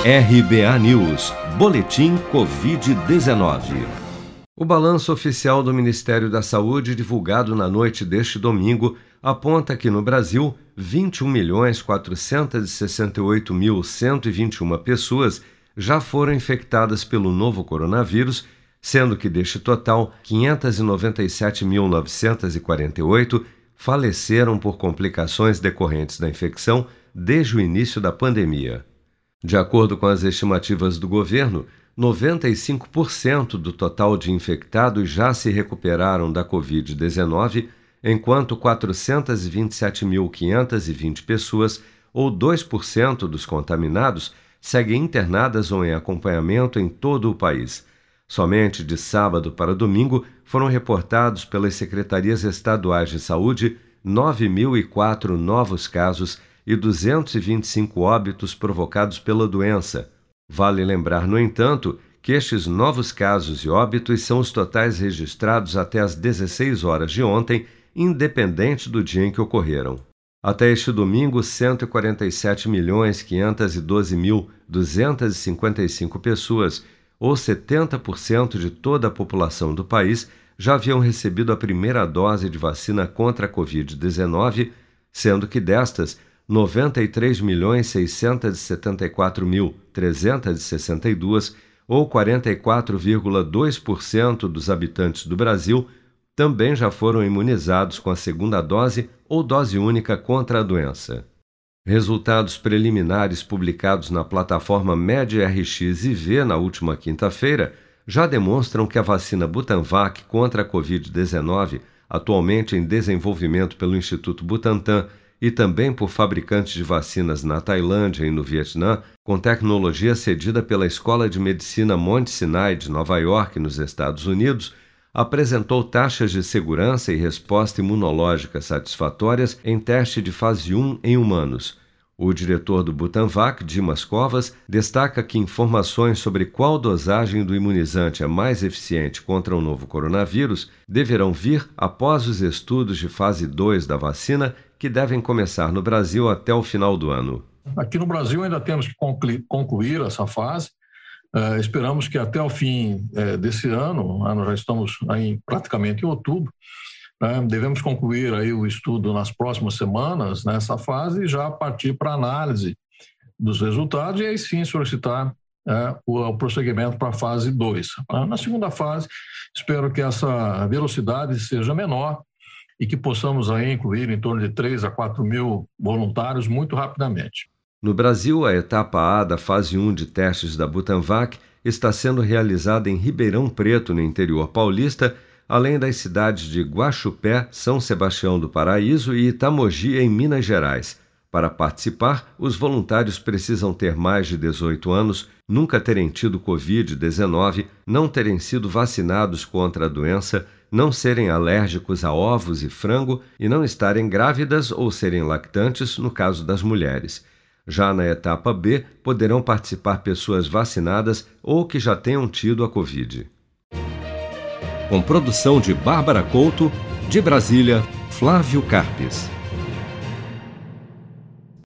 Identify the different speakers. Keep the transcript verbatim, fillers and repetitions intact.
Speaker 1: R B A News, Boletim covid dezenove. O balanço oficial do Ministério da Saúde, divulgado na noite deste domingo, aponta que no Brasil, vinte e um milhões quatrocentos e sessenta e oito mil cento e vinte e uma pessoas já foram infectadas pelo novo coronavírus, sendo que deste total, quinhentos e noventa e sete mil novecentos e quarenta e oito faleceram por complicações decorrentes da infecção desde o início da pandemia. De acordo com as estimativas do governo, noventa e cinco por cento do total de infectados já se recuperaram da covid dezenove, enquanto quatrocentos e vinte e sete mil quinhentos e vinte pessoas, ou dois por cento dos contaminados, seguem internadas ou em acompanhamento em todo o país. Somente de sábado para domingo foram reportados pelas secretarias estaduais de saúde nove mil e quatro novos casos e duzentos e vinte e cinco óbitos provocados pela doença. Vale lembrar, no entanto, que estes novos casos e óbitos são os totais registrados até às dezesseis horas de ontem, independente do dia em que ocorreram. Até este domingo, cento e quarenta e sete milhões quinhentos e doze mil duzentos e cinquenta e cinco pessoas, ou setenta por cento de toda a população do país, já haviam recebido a primeira dose de vacina contra a covid dezenove, sendo que destas, noventa e três milhões seiscentos e setenta e quatro mil trezentos e sessenta e dois, ou quarenta e quatro vírgula dois por cento dos habitantes do Brasil, também já foram imunizados com a segunda dose ou dose única contra a doença. Resultados preliminares publicados na plataforma MedRxiv na última quinta-feira já demonstram que a vacina Butanvac contra a covid dezenove, atualmente em desenvolvimento pelo Instituto Butantan e também por fabricantes de vacinas na Tailândia e no Vietnã, com tecnologia cedida pela Escola de Medicina Mount Sinai de Nova York, nos Estados Unidos, apresentou taxas de segurança e resposta imunológica satisfatórias em teste de fase um em humanos. O diretor do Butanvac, Dimas Covas, destaca que informações sobre qual dosagem do imunizante é mais eficiente contra o novo coronavírus deverão vir após os estudos de fase dois da vacina, que devem começar no Brasil até o final do ano.
Speaker 2: Aqui no Brasil ainda temos que concluir essa fase. Uh, esperamos que até o fim uh, desse ano, nós já estamos aí praticamente em outubro, uh, devemos concluir aí o estudo nas próximas semanas nessa fase e já partir para a análise dos resultados e aí sim solicitar uh, o, o prosseguimento para a fase dois. Uh, na segunda fase, espero que essa velocidade seja menor e que possamos aí incluir em torno de três a quatro mil voluntários muito rapidamente.
Speaker 1: No Brasil, a etapa A da fase um de testes da Butanvac está sendo realizada em Ribeirão Preto, no interior paulista, além das cidades de Guaxupé, São Sebastião do Paraíso e Itamogi, em Minas Gerais. Para participar, os voluntários precisam ter mais de dezoito anos, nunca terem tido covid dezenove, não terem sido vacinados contra a doença, não serem alérgicos a ovos e frango e não estarem grávidas ou serem lactantes, no caso das mulheres. Já na etapa B, poderão participar pessoas vacinadas ou que já tenham tido a Covid. Com produção de Bárbara Couto, de Brasília, Flávio Carpes.